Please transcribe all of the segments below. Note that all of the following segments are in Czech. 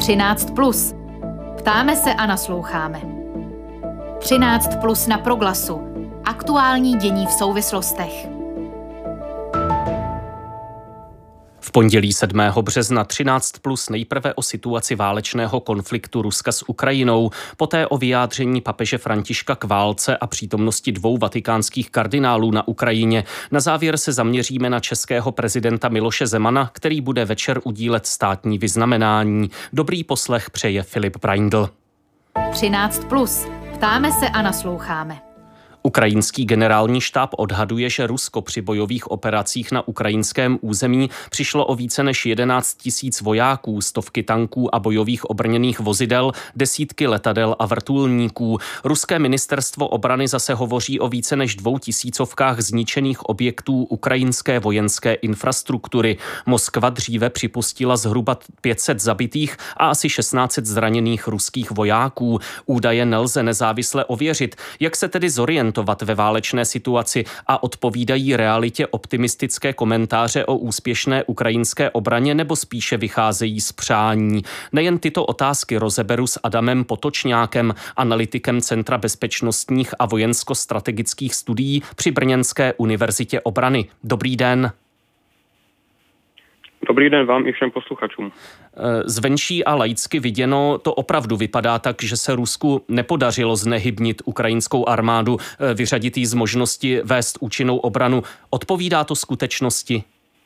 13+. Ptáme se a nasloucháme. 13+ na Proglasu. Aktuální dění v souvislostech. V pondělí 7. března 13+ nejprve o situaci válečného konfliktu Ruska s Ukrajinou, poté o vyjádření papeže Františka k válce a přítomnosti 2 vatikánských kardinálů na Ukrajině. Na závěr se zaměříme na českého prezidenta Miloše Zemana, který bude večer udílet státní vyznamenání. Dobrý poslech přeje Filip Braindl. 13+. Ptáme se a nasloucháme. Ukrajinský generální štáb odhaduje, že Rusko při bojových operacích na ukrajinském území přišlo o více než 11 000 vojáků, stovky tanků a bojových obrněných vozidel, desítky letadel a vrtulníků. Ruské ministerstvo obrany zase hovoří o více než 2 000 zničených objektů ukrajinské vojenské infrastruktury. Moskva dříve připustila zhruba 500 zabitých a asi 1600 zraněných ruských vojáků. Údaje nelze nezávisle ověřit. Jak se tedy zorientovat ve válečné situaci a odpovídají realitě optimistické komentáře o úspěšné ukrajinské obraně nebo spíše vycházejí z přání? Nejen tyto otázky rozeberu s Adamem Potočňákem, analytikem Centra bezpečnostních a vojensko-strategických studií při Brněnské univerzitě obrany. Dobrý den. Dobrý den vám i všem posluchačům. Zvenčí a laicky viděno to opravdu vypadá tak, že se Rusku nepodařilo znehybnit ukrajinskou armádu, vyřadit jí z možnosti vést účinnou obranu. Odpovídá to skutečnosti?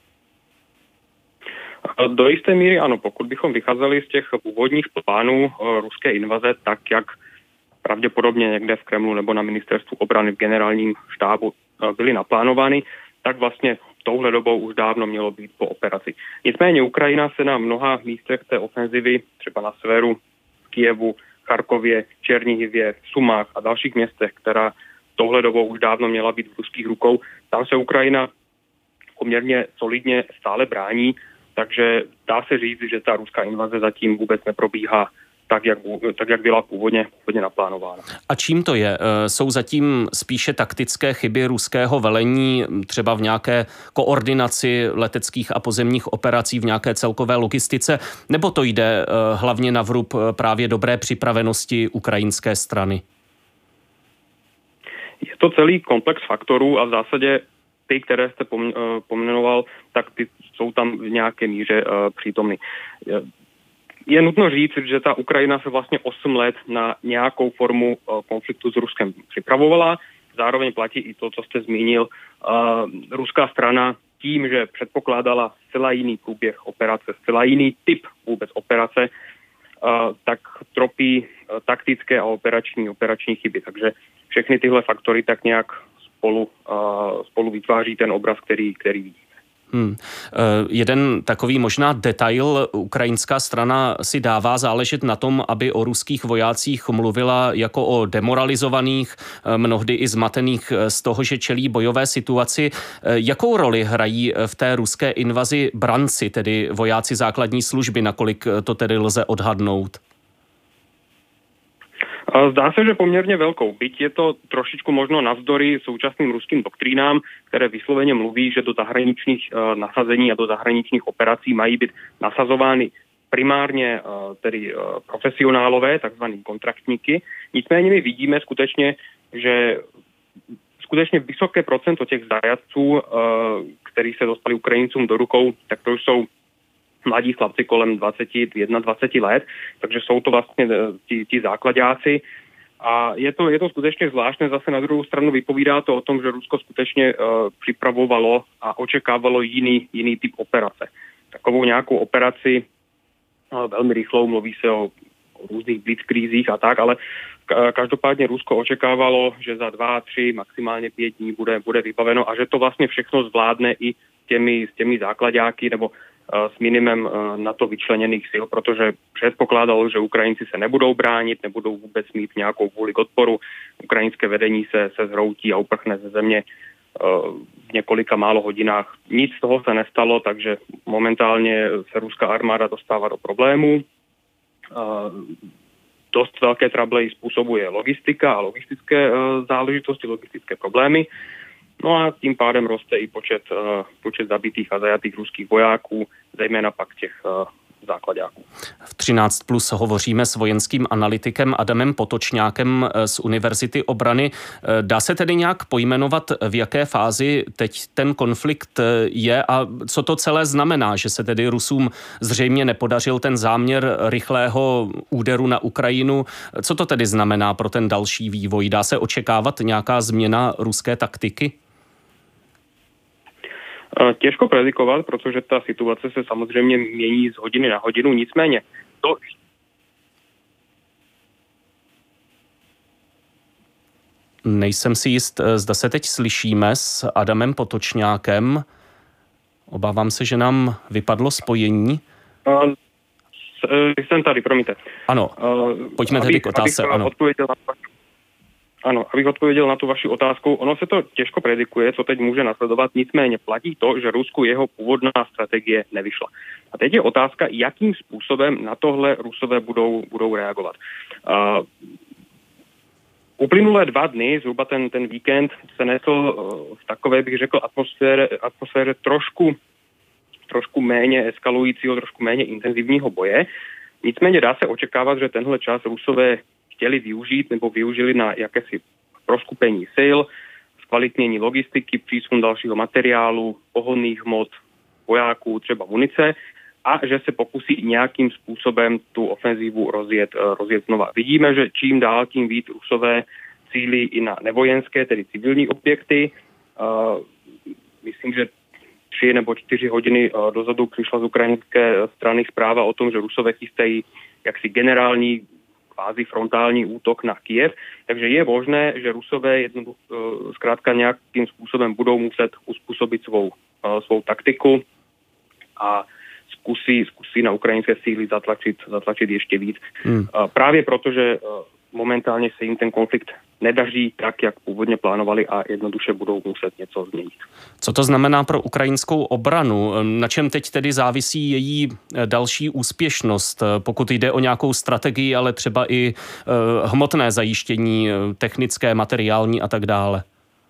Do jisté míry ano, pokud bychom vycházeli z těch původních plánů ruské invaze, tak jak pravděpodobně někde v Kremlu nebo na ministerstvu obrany v generálním štábu byly naplánovány, tak vlastně touhle dobou už dávno mělo být po operaci. Nicméně Ukrajina se na mnoha místech té ofenzivy, třeba na severu, v Kyjevu, Charkově, Černihivě, Sumách a dalších městech, která touhle dobou už dávno měla být v ruských rukou, tam se Ukrajina poměrně solidně stále brání, takže dá se říct, že ta ruská invaze zatím vůbec neprobíhá tak, jak byla původně naplánována. A čím to je? Jsou zatím spíše taktické chyby ruského velení, třeba v nějaké koordinaci leteckých a pozemních operací, v nějaké celkové logistice, nebo to jde hlavně na vrub právě dobré připravenosti ukrajinské strany? Je to celý komplex faktorů a v zásadě ty, které jste pomenoval, tak ty jsou tam v nějaké míře přítomny. Je nutno říct, že ta Ukrajina se vlastně 8 let na nějakou formu konfliktu s Ruskem připravovala. Zároveň platí i to, co jste zmínil. Ruská strana tím, že předpokládala zcela jiný průběh operace, zcela jiný typ vůbec operace, tak tropí taktické a operační chyby. Takže všechny tyhle faktory tak nějak spolu vytváří ten obraz, který vidíme. Jeden takový možná detail, ukrajinská strana si dává záležet na tom, aby o ruských vojácích mluvila jako o demoralizovaných, mnohdy i zmatených z toho, že čelí bojové situaci. Jakou roli hrají v té ruské invazi branci, tedy vojáci základní služby, nakolik to tedy lze odhadnout? Zdá se, že poměrně velkou. Byť je to trošičku možno navzdory současným ruským doktrínám, které vysloveně mluví, že do zahraničních nasazení a do zahraničních operací mají být nasazovány primárně tedy profesionálové, takzvaný kontraktníky. Nicméně my vidíme skutečně, že skutečně vysoké procento těch zajatců, kteří se dostali Ukrajincům do rukou, tak to už jsou mladí chlapci kolem 21 let, takže jsou to vlastně ti základáci. A je to skutečně zvláštné, zase na druhou stranu vypovídá to o tom, že Rusko skutečně připravovalo a očekávalo jiný typ operace. Takovou nějakou operaci velmi rychlou, mluví se o různých blitzkrízích a tak, ale každopádně Rusko očekávalo, že za 2, 3, maximálně 5 dní bude vybaveno a že to vlastně všechno zvládne i s těmi základáky nebo s minimem na to vyčleněných sil, protože předpokládalo, že Ukrajinci se nebudou bránit, nebudou vůbec mít nějakou vůli k odporu. Ukrajinské vedení se zhroutí a uprchne ze země v několika málo hodinách. Nic z toho se nestalo, takže momentálně se ruská armáda dostává do problémů. Dost velké trable způsobuje logistika a logistické záležitosti, logistické problémy. No a tím pádem roste i počet zabitých a zajatých ruských vojáků, zejména pak těch záklaďáků. V 13 plus hovoříme s vojenským analytikem Adamem Potočňákem z Univerzity obrany. Dá se tedy nějak pojmenovat, v jaké fázi teď ten konflikt je a co to celé znamená, že se tedy Rusům zřejmě nepodařil ten záměr rychlého úderu na Ukrajinu? Co to tedy znamená pro ten další vývoj? Dá se očekávat nějaká změna ruské taktiky? Těžko predikovat, protože ta situace se samozřejmě mění z hodiny na hodinu, nicméně to... Nejsem si jist, zda se teď slyšíme s Adamem Potočňákem. Obávám se, že nám vypadlo spojení. Jsem tady, promiňte. Ano, pojďme tedy k otázce. Abych odpověděl na tu vaši otázku, ono se to těžko predikuje, co teď může nasledovat, nicméně platí to, že Rusku jeho původná strategie nevyšla. A teď je otázka, jakým způsobem na tohle Rusové budou reagovat. Uplynulé 2 dny, zhruba ten víkend, se nesl v takové, bych řekl, atmosféře trošku méně eskalujícího, trošku méně intenzivního boje. Nicméně dá se očekávat, že tenhle čas Rusové chtěli využít nebo využili na jakési proskupení sil, zkvalitnění logistiky, přísun dalšího materiálu, pohonných hmot, vojáků, třeba munice a že se pokusí nějakým způsobem tu ofenzívu rozjet znova. Vidíme, že čím dál tím víc Rusové cílí i na nevojenské, tedy civilní objekty. Myslím, že 3 nebo 4 hodiny dozadu přišla z ukrajinské strany zpráva o tom, že Rusové chystají jaksi generální kvázi frontální útok na Kyjev, takže je možné, že Rusové zkrátka nějakým způsobem budou muset uspůsobit svou taktiku a zkusí na ukrajinské síly zatlačit ještě víc. Právě proto, že momentálně se jim ten konflikt nedaří tak, jak původně plánovali a jednoduše budou muset něco změnit. Co to znamená pro ukrajinskou obranu? Na čem teď tedy závisí její další úspěšnost, pokud jde o nějakou strategii, ale třeba i hmotné zajištění, technické, materiální a tak dále?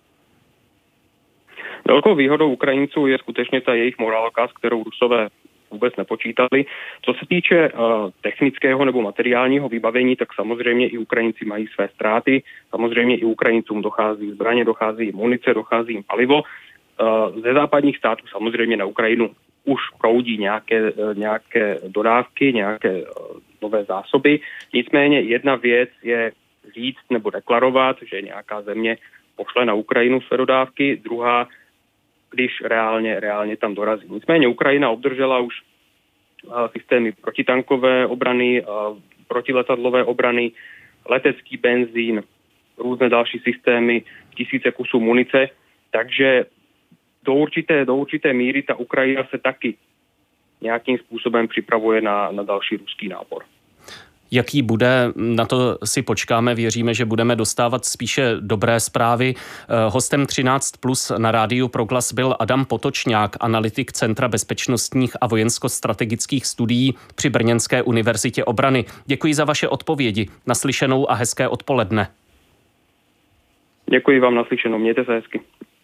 Velkou výhodou Ukrajinců je skutečně ta jejich morálka, s kterou Rusové vůbec nepočítali. Co se týče technického nebo materiálního vybavení, tak samozřejmě i Ukrajinci mají své ztráty. Samozřejmě i Ukrajincům dochází zbraně, dochází munice, dochází jim palivo. Ze západních států samozřejmě na Ukrajinu už proudí nějaké dodávky, nějaké nové zásoby. Nicméně jedna věc je říct nebo deklarovat, že nějaká země pošle na Ukrajinu své dodávky, druhá, když reálně tam dorazí. Nicméně Ukrajina obdržela už systémy protitankové obrany, protiletadlové obrany, letecký benzín, různé další systémy, tisíce kusů munice, takže do určité míry ta Ukrajina se taky nějakým způsobem připravuje na další ruský nápor. Jaký bude, na to si počkáme, věříme, že budeme dostávat spíše dobré zprávy. Hostem 13+ na rádiu Proglas byl Adam Potočňák, analytik Centra bezpečnostních a vojensko-strategických studií při Brněnské univerzitě obrany. Děkuji za vaše odpovědi. Naslyšenou a hezké odpoledne. Děkuji vám, naslyšenou. Mějte se hezky.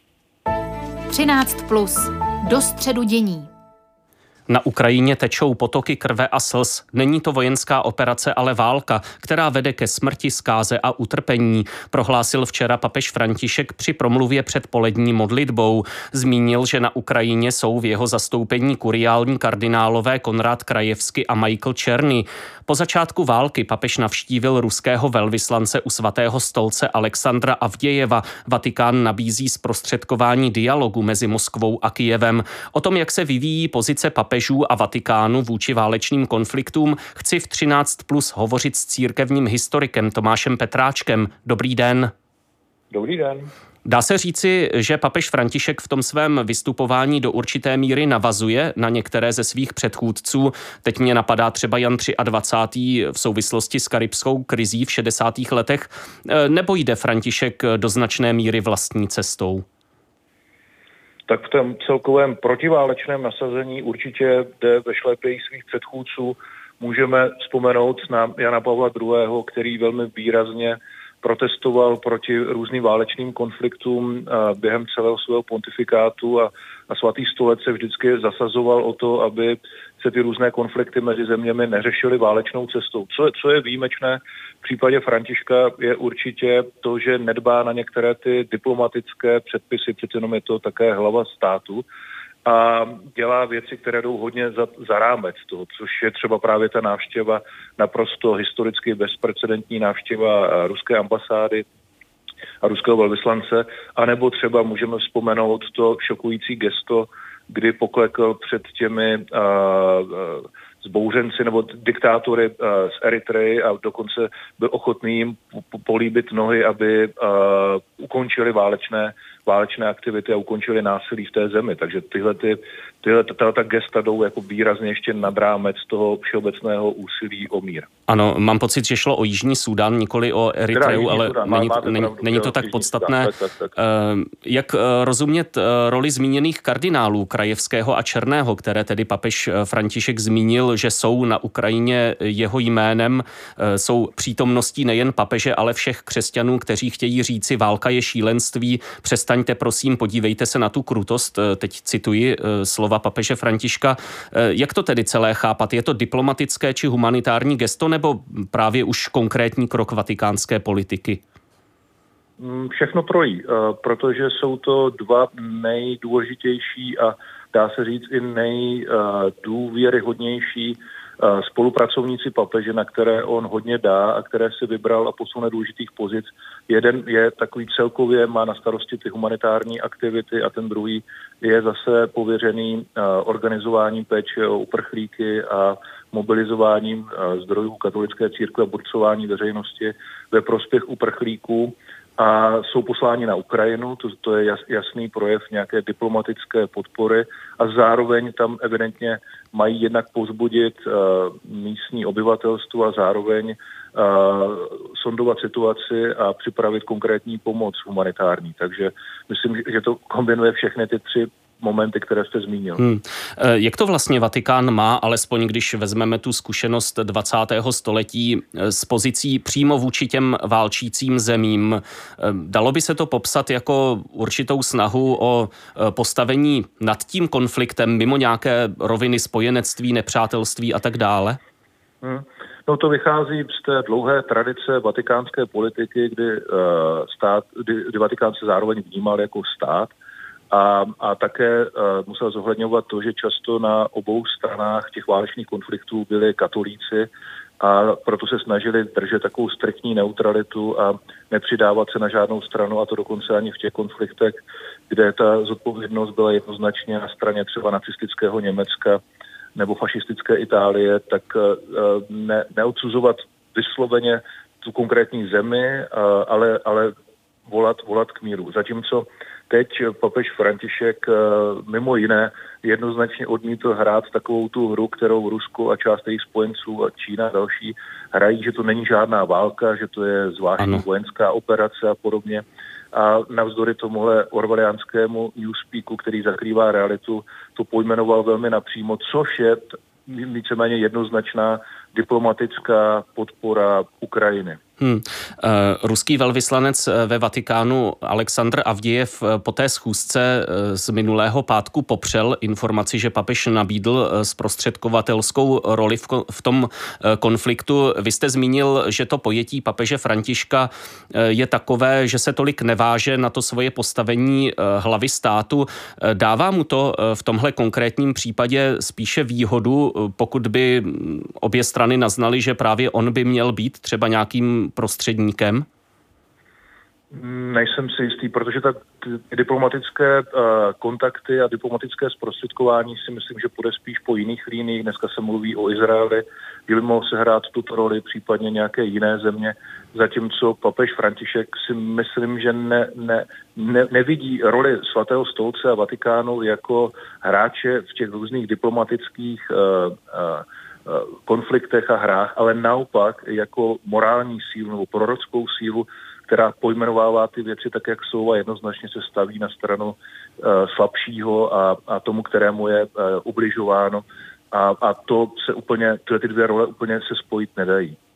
13+. Do středu dění. Na Ukrajině tečou potoky krve a slz. Není to vojenská operace, ale válka, která vede ke smrti, zkáze a utrpení, prohlásil včera papež František při promluvě před polední modlitbou. Zmínil, že na Ukrajině jsou v jeho zastoupení kuriální kardinálové Konrad Krajevsky a Michael Černy. Po začátku války papež navštívil ruského velvyslance u Svatého stolce Alexandra Avdějeva. Vatikán nabízí zprostředkování dialogu mezi Moskvou a Kyjevem. O tom, jak se vyvíjí pozice papežů a Vatikánu vůči válečným konfliktům, chci v 13+ hovořit s církevním historikem Tomášem Petráčkem. Dobrý den. Dobrý den. Dá se říci, že papež František v tom svém vystupování do určité míry navazuje na některé ze svých předchůdců. Teď mě napadá třeba Jan 23. v souvislosti s karibskou krizí v 60. letech. Nebo jde František do značné míry vlastní cestou? Tak v tom celkovém protiválečném nasazení určitě jde ve šlépěji svých předchůdců. Můžeme vzpomenout na Jana Pavla II., který velmi výrazně protestoval proti různým válečným konfliktům během celého svého pontifikátu a svatý stolec se vždycky zasazoval o to, aby se ty různé konflikty mezi zeměmi neřešily válečnou cestou. Co je výjimečné v případě Františka, je určitě to, že nedbá na některé ty diplomatické předpisy, přece jenom je to také hlava státu, a dělá věci, které jdou hodně za rámec toho, což je třeba právě ta návštěva, naprosto historicky bezprecedentní návštěva ruské ambasády a ruského velvyslance, anebo třeba můžeme vzpomenout to šokující gesto, kdy poklekl před těmi zbouřenci nebo diktátory z Eritreji a dokonce byl ochotný jim políbit nohy, aby ukončili válečné aktivity a ukončili násilí v té zemi. Takže ta gesta jdou jako výrazně ještě nad rámec toho všeobecného úsilí o mír. Ano, mám pocit, že šlo o Jižní Súdan, nikoli o Eritreu, ale není to tak podstatné. Tak. Jak rozumět roli zmíněných kardinálů Krajevského a Černého, které tedy papež František zmínil, že jsou na Ukrajině jeho jménem, jsou přítomností nejen papeže, ale všech křesťanů, kteří chtějí říci, válka je šílenství, přestaňte prosím, podívejte se na tu krutost, teď cituji slova papeže Františka. Jak to tedy celé chápat? Je to diplomatické či humanitární gesto, nebo právě už konkrétní krok vatikánské politiky? Všechno trojí, protože jsou to dva nejdůležitější a dá se říct i nejdůvěryhodnější spolupracovníci papeže, na které on hodně dá a které si vybral a posune důležitých pozic. Jeden je takový celkově, má na starosti ty humanitární aktivity a ten druhý je zase pověřený organizováním péče o uprchlíky a mobilizováním zdrojů katolické církve a burcování veřejnosti ve prospěch uprchlíků. A jsou posláni na Ukrajinu, to je jasný projev nějaké diplomatické podpory a zároveň tam evidentně mají jednak povzbudit místní obyvatelstvo a zároveň sondovat situaci a připravit konkrétní pomoc humanitární. Takže myslím, že to kombinuje všechny ty tři momenty, které jste zmínil. Jak to vlastně Vatikán má, alespoň když vezmeme tu zkušenost 20. století s pozicí přímo vůči těm válčícím zemím? Dalo by se to popsat jako určitou snahu o postavení nad tím konfliktem mimo nějaké roviny spojenectví, nepřátelství a tak dále? No to vychází z té dlouhé tradice vatikánské politiky, kdy Vatikán se zároveň vnímal jako stát, a také musel zohledňovat to, že často na obou stranách těch válečných konfliktů byli katolíci a proto se snažili držet takovou striktní neutralitu a nepřidávat se na žádnou stranu, a to dokonce ani v těch konfliktech, kde ta zodpovědnost byla jednoznačně na straně třeba nacistického Německa nebo fašistické Itálie, tak neodsuzovat vysloveně tu konkrétní zemi, ale volat k míru. Zatímco teď papež František mimo jiné jednoznačně odmítl hrát takovou tu hru, kterou Rusko a část jejich spojenců a Čína a další hrají, že to není žádná válka, že to je zvláštní vojenská operace a podobně. A navzdory tomuhle orwellianskému newspeaku, který zakrývá realitu, to pojmenoval velmi napřímo, což je víceméně jednoznačná diplomatická podpora Ukrajiny. Ruský velvyslanec ve Vatikánu Aleksandr Avdijev po té schůzce z minulého pátku popřel informaci, že papež nabídl zprostředkovatelskou roli v tom konfliktu. Vy jste zmínil, že to pojetí papeže Františka je takové, že se tolik neváže na to svoje postavení hlavy státu. Dává mu to v tomhle konkrétním případě spíše výhodu, pokud by obě strany naznaly, že právě on by měl být třeba nějakým prostředníkem? Nejsem si jistý, protože ty diplomatické kontakty a diplomatické zprostředkování si myslím, že půjde spíš po jiných liniích. Dneska se mluví o Izraeli, že by mohl sehrát tuto roli, případně nějaké jiné země. Zatímco papež František si myslím, že nevidí roli Svatého stolce a Vatikánu jako hráče v těch různých diplomatických konfliktech a hrách, ale naopak jako morální sílu nebo prorockou sílu, která pojmenovává ty věci tak, jak jsou, a jednoznačně se staví na stranu slabšího a tomu, kterému je ubližováno. A to se úplně, ty dvě role úplně se spojit nedají.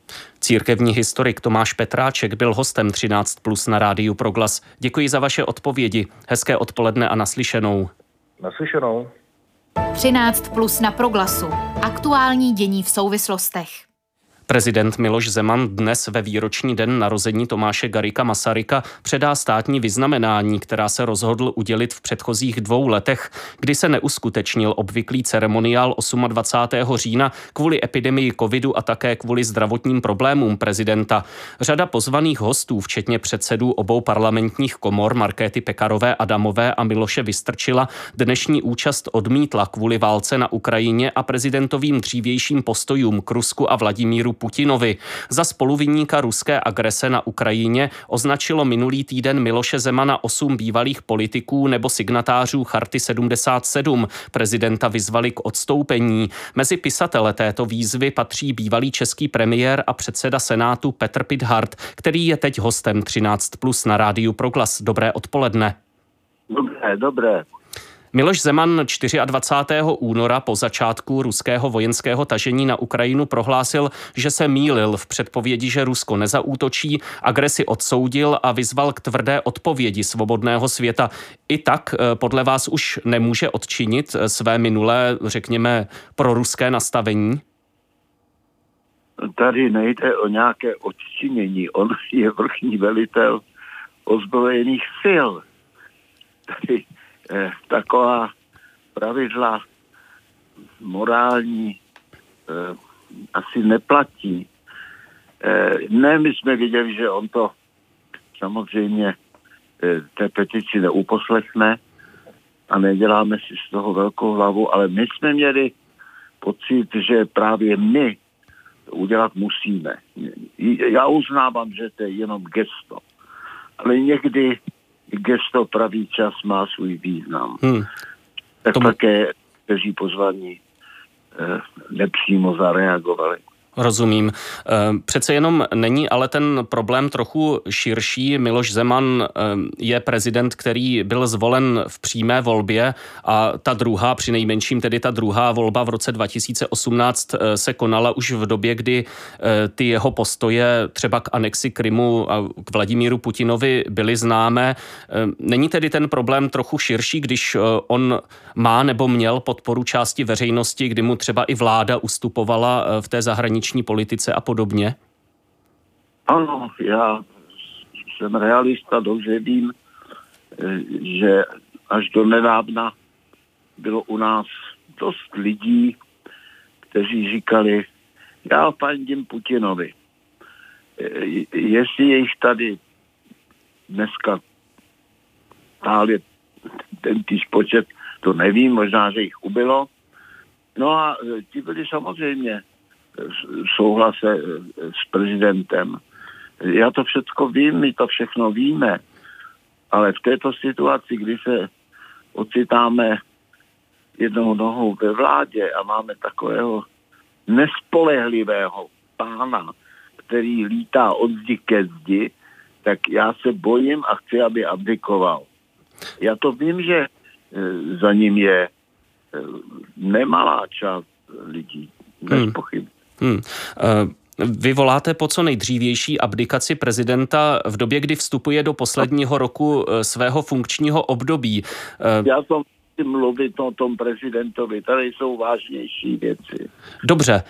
Církevní historik Tomáš Petráček byl hostem 13+ na Rádiu Proglas. Děkuji za vaše odpovědi. Hezké odpoledne a naslyšenou. Naslyšenou. 13+ na Proglasu. Aktuální dění v souvislostech. Prezident Miloš Zeman dnes ve výroční den narození Tomáše Garrigua Masaryka předá státní vyznamenání, která se rozhodl udělit v předchozích 2 letech, kdy se neuskutečnil obvyklý ceremoniál 28. října kvůli epidemii covidu a také kvůli zdravotním problémům prezidenta. Řada pozvaných hostů, včetně předsedů obou parlamentních komor Markéty Pekarové Adamové a Miloše Vystrčila, dnešní účast odmítla kvůli válce na Ukrajině a prezidentovým dřívějším postojům k Rusku a Vladimíru Putinovi. Za spoluviníka ruské agrese na Ukrajině označilo minulý týden Miloše Zemana 8 bývalých politiků nebo signatářů Charty 77. Prezidenta vyzvali k odstoupení. Mezi pisatele této výzvy patří bývalý český premiér a předseda Senátu Petr Pithart, který je teď hostem 13+ na Rádiu Proglas. Dobré odpoledne. Dobré. Miloš Zeman 24. února po začátku ruského vojenského tažení na Ukrajinu prohlásil, že se mýlil v předpovědi, že Rusko nezaútočí, agresi odsoudil a vyzval k tvrdé odpovědi svobodného světa. I tak podle vás už nemůže odčinit své minulé, řekněme, proruské nastavení? Tady nejde o nějaké odčinění. On je vrchní velitel ozbrojených sil. Tady taková pravidla morální asi neplatí. Ne, my jsme viděli, že on to samozřejmě té petici neuposlechne a neděláme si z toho velkou hlavu, ale my jsme měli pocit, že právě my to udělat musíme. Já uznávám, že to je jenom gesto, ale někdy gesto pravý čas má svůj význam. Tak také, kteří pozvaní nepřímo zareagovali. Rozumím. Přece jenom není ale ten problém trochu širší. Miloš Zeman je prezident, který byl zvolen v přímé volbě a ta druhá, přinejmenším tedy ta druhá volba v roce 2018 se konala už v době, kdy ty jeho postoje třeba k anexi Krymu a k Vladimíru Putinovi byly známé. Není tedy ten problém trochu širší, když on má nebo měl podporu části veřejnosti, kdy mu třeba i vláda ustupovala v té zahraniční politice a podobně? Ano, já jsem realista, dobře vím, že až do nedávna bylo u nás dost lidí, kteří říkali, já fandím Putinovi. Jestli je jich tady dneska stále ten týž počet, to nevím, možná, že jich ubylo. No a ti byli samozřejmě souhlase s prezidentem. Já to všechno vím, my to všechno víme, ale v této situaci, kdy se ocitáme jednou nohou ve vládě a máme takového nespolehlivého pána, který lítá od zdi ke zdi, tak já se bojím a chci, aby abdikoval. Já to vím, že za ním je nemalá část lidí, bez pochyb. Vy voláte po co nejdřívější abdikaci prezidenta v době, kdy vstupuje do posledního roku svého funkčního období. Já jsem mluvit o tom prezidentovi, tady jsou vážnější věci. Dobře.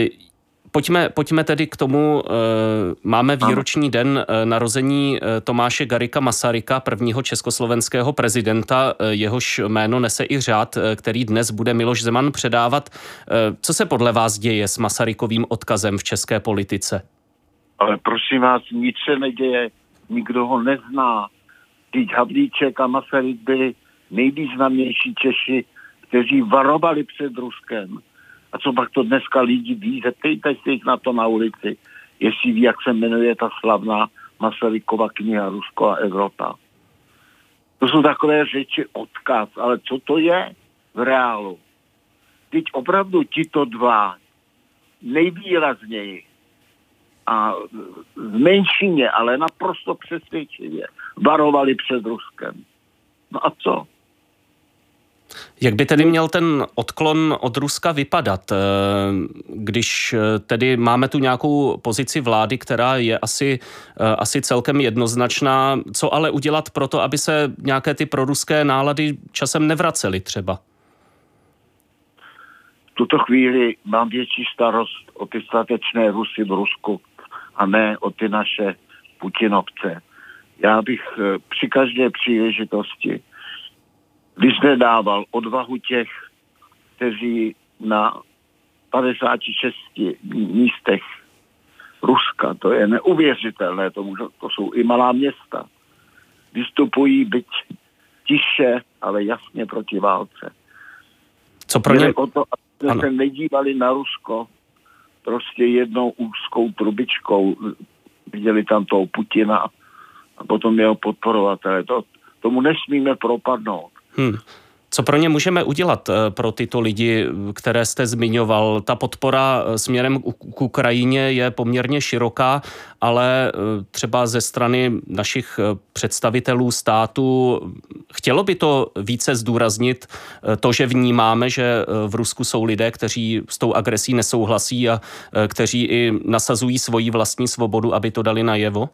Pojďme tedy k tomu, máme výroční den narození Tomáše Garrigua Masaryka, prvního československého prezidenta, jehož jméno nese i řád, který dnes bude Miloš Zeman předávat. Co se podle vás děje s Masarykovým odkazem v české politice? Ale prosím vás, nic se neděje, nikdo ho nezná. Teď Havlíček a Masaryk byli nejvýznamnější Češi, kteří varovali před Ruskem. A co pak to dneska lidi ví? Zeptejte se jich na to na ulici, jestli ví, jak se jmenuje ta slavná Masarykova kniha Rusko a Evropa. To jsou takové řeči odkaz, ale co to je v reálu? Teď opravdu tito dva nejvýrazněji a v menšině, ale naprosto přesvědčivě varovali před Ruskem. No a co? Jak by tedy měl ten odklon od Ruska vypadat, když tedy máme tu nějakou pozici vlády, která je asi celkem jednoznačná, co ale udělat pro to, aby se nějaké ty proruské nálady časem nevracely třeba? V tuto chvíli mám větší starost o ty statečné Rusy v Rusku a ne o ty naše Putinovce. Já bych při každé příležitosti vyzvedával odvahu těch, kteří na 56 místech Ruska, to je neuvěřitelné, to jsou i malá města, vystupují byť tiše, ale jasně proti válce. Co pro ně? O to, aby se nedívali na Rusko prostě jednou úzkou trubičkou, viděli tam toho Putina a potom jeho podporovatele. Tomu nesmíme propadnout. Co pro ně můžeme udělat pro tyto lidi, které jste zmiňoval? Ta podpora směrem k Ukrajině je poměrně široká, ale třeba ze strany našich představitelů státu chtělo by to více zdůraznit, to, že vnímáme, že v Rusku jsou lidé, kteří s tou agresí nesouhlasí a kteří i nasazují svoji vlastní svobodu, aby to dali najevo?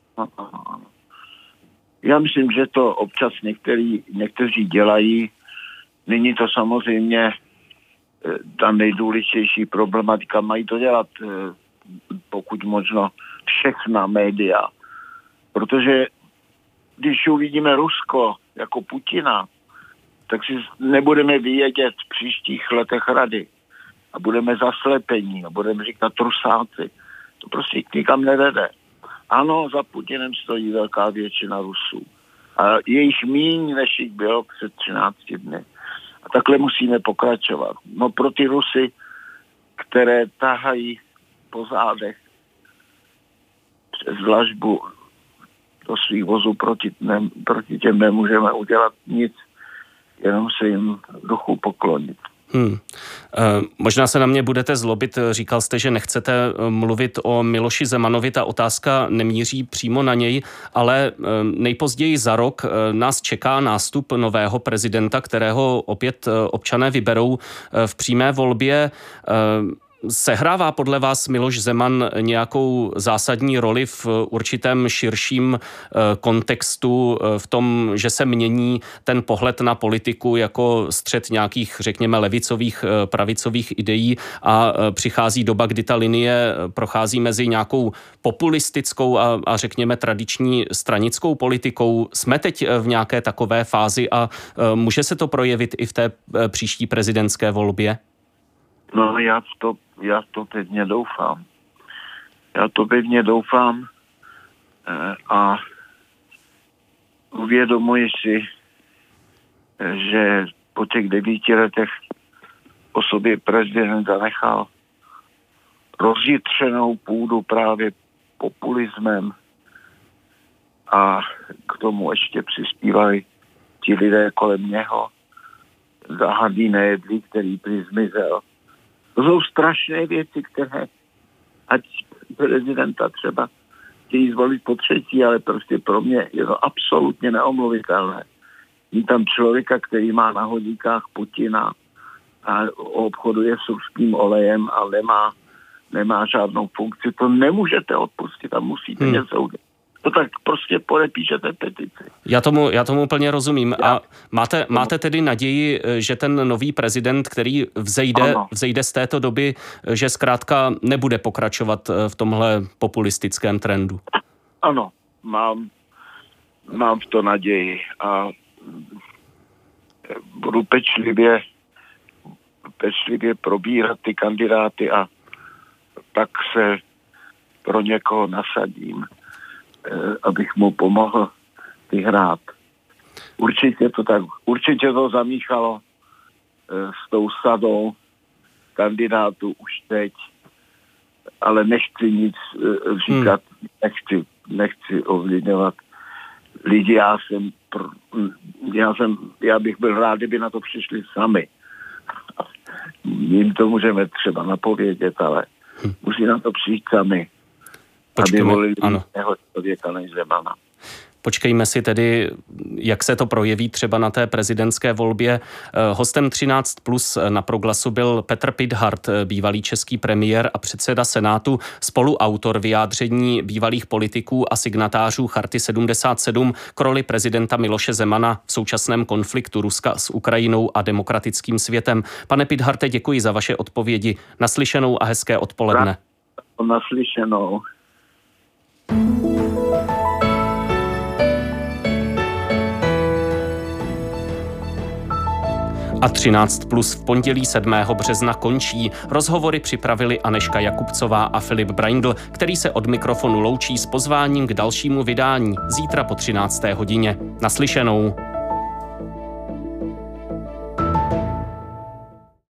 Já myslím, že to občas někteří dělají. Není to samozřejmě ta nejdůležitější problematika. Mají to dělat pokud možno všechna média. Protože když uvidíme Rusko jako Putina, tak si nebudeme vědět v příštích letech rady. A budeme zaslepení a budeme říkat trusáci. To prostě nikam nevede. Ano, za Putinem stojí velká většina Rusů. A je jich míň, než jich bylo před 13 dny. A takhle musíme pokračovat. No pro ty Rusy, které tahají po zádech přes dlažbu do svých vozů, proti těm nemůžeme udělat nic, jenom se jim v duchu poklonit. Možná se na mě budete zlobit, říkal jste, že nechcete mluvit o Miloši Zemanovi, ta otázka nemíří přímo na něj, ale nejpozději za rok nás čeká nástup nového prezidenta, kterého opět občané vyberou v přímé volbě. Sehrává podle vás Miloš Zeman nějakou zásadní roli v určitém širším kontextu, v tom, že se mění ten pohled na politiku jako střet nějakých, řekněme, levicových, pravicových ideí a přichází doba, kdy ta linie prochází mezi nějakou populistickou a řekněme tradiční stranickou politikou? Jsme teď v nějaké takové fázi a může se to projevit i v té příští prezidentské volbě? No, já to pevně doufám. A uvědomuji si, že po těch 9 letech o sobě prezident zanechal rozjitřenou půdu právě populismem a k tomu ještě přispívají ti lidé kolem něho, záhadný nejedlí, který prý zmizel. To jsou strašné věci, které ať prezidenta třeba chtějí zvolit po třetí, ale prostě pro mě je to absolutně neomluvitelné. Mít tam člověka, který má na hodíkách Putina a obchoduje s ruským olejem a nemá žádnou funkci. To nemůžete odpustit a musíte něco udělat. To tak prostě podepíšete petici. Já tomu úplně rozumím. A máte tedy naději, že ten nový prezident, který vzejde z této doby, že zkrátka nebude pokračovat v tomhle populistickém trendu? Ano, mám v to naději a budu pečlivě probírat ty kandidáty a tak se pro někoho nasadím, abych mu pomohl vyhrát. Určitě to zamíchalo s tou sadou kandidátů už teď, ale nechci nic říkat, nechci ovlivňovat lidi. Já bych byl rád, kdyby na to přišli sami. Jim to můžeme třeba napovědět, ale musí na to přijít sami. Aby volili jiného člověka než Zemana. Počkejme si tedy, jak se to projeví třeba na té prezidentské volbě. Hostem 13+ na Proglasu byl Petr Pithart, bývalý český premiér a předseda Senátu, spoluautor vyjádření bývalých politiků a signatářů Charty 77 k roli prezidenta Miloše Zemana v současném konfliktu Ruska s Ukrajinou a demokratickým světem. Pane Pitharte, děkuji za vaše odpovědi. Naslyšenou a hezké odpoledne. Naslyšenou. A 13+ v pondělí 7. března končí. Rozhovory připravili Anežka Jakubcová a Filip Braindl, který se od mikrofonu loučí s pozváním k dalšímu vydání zítra po 13. hodině. Naslyšenou.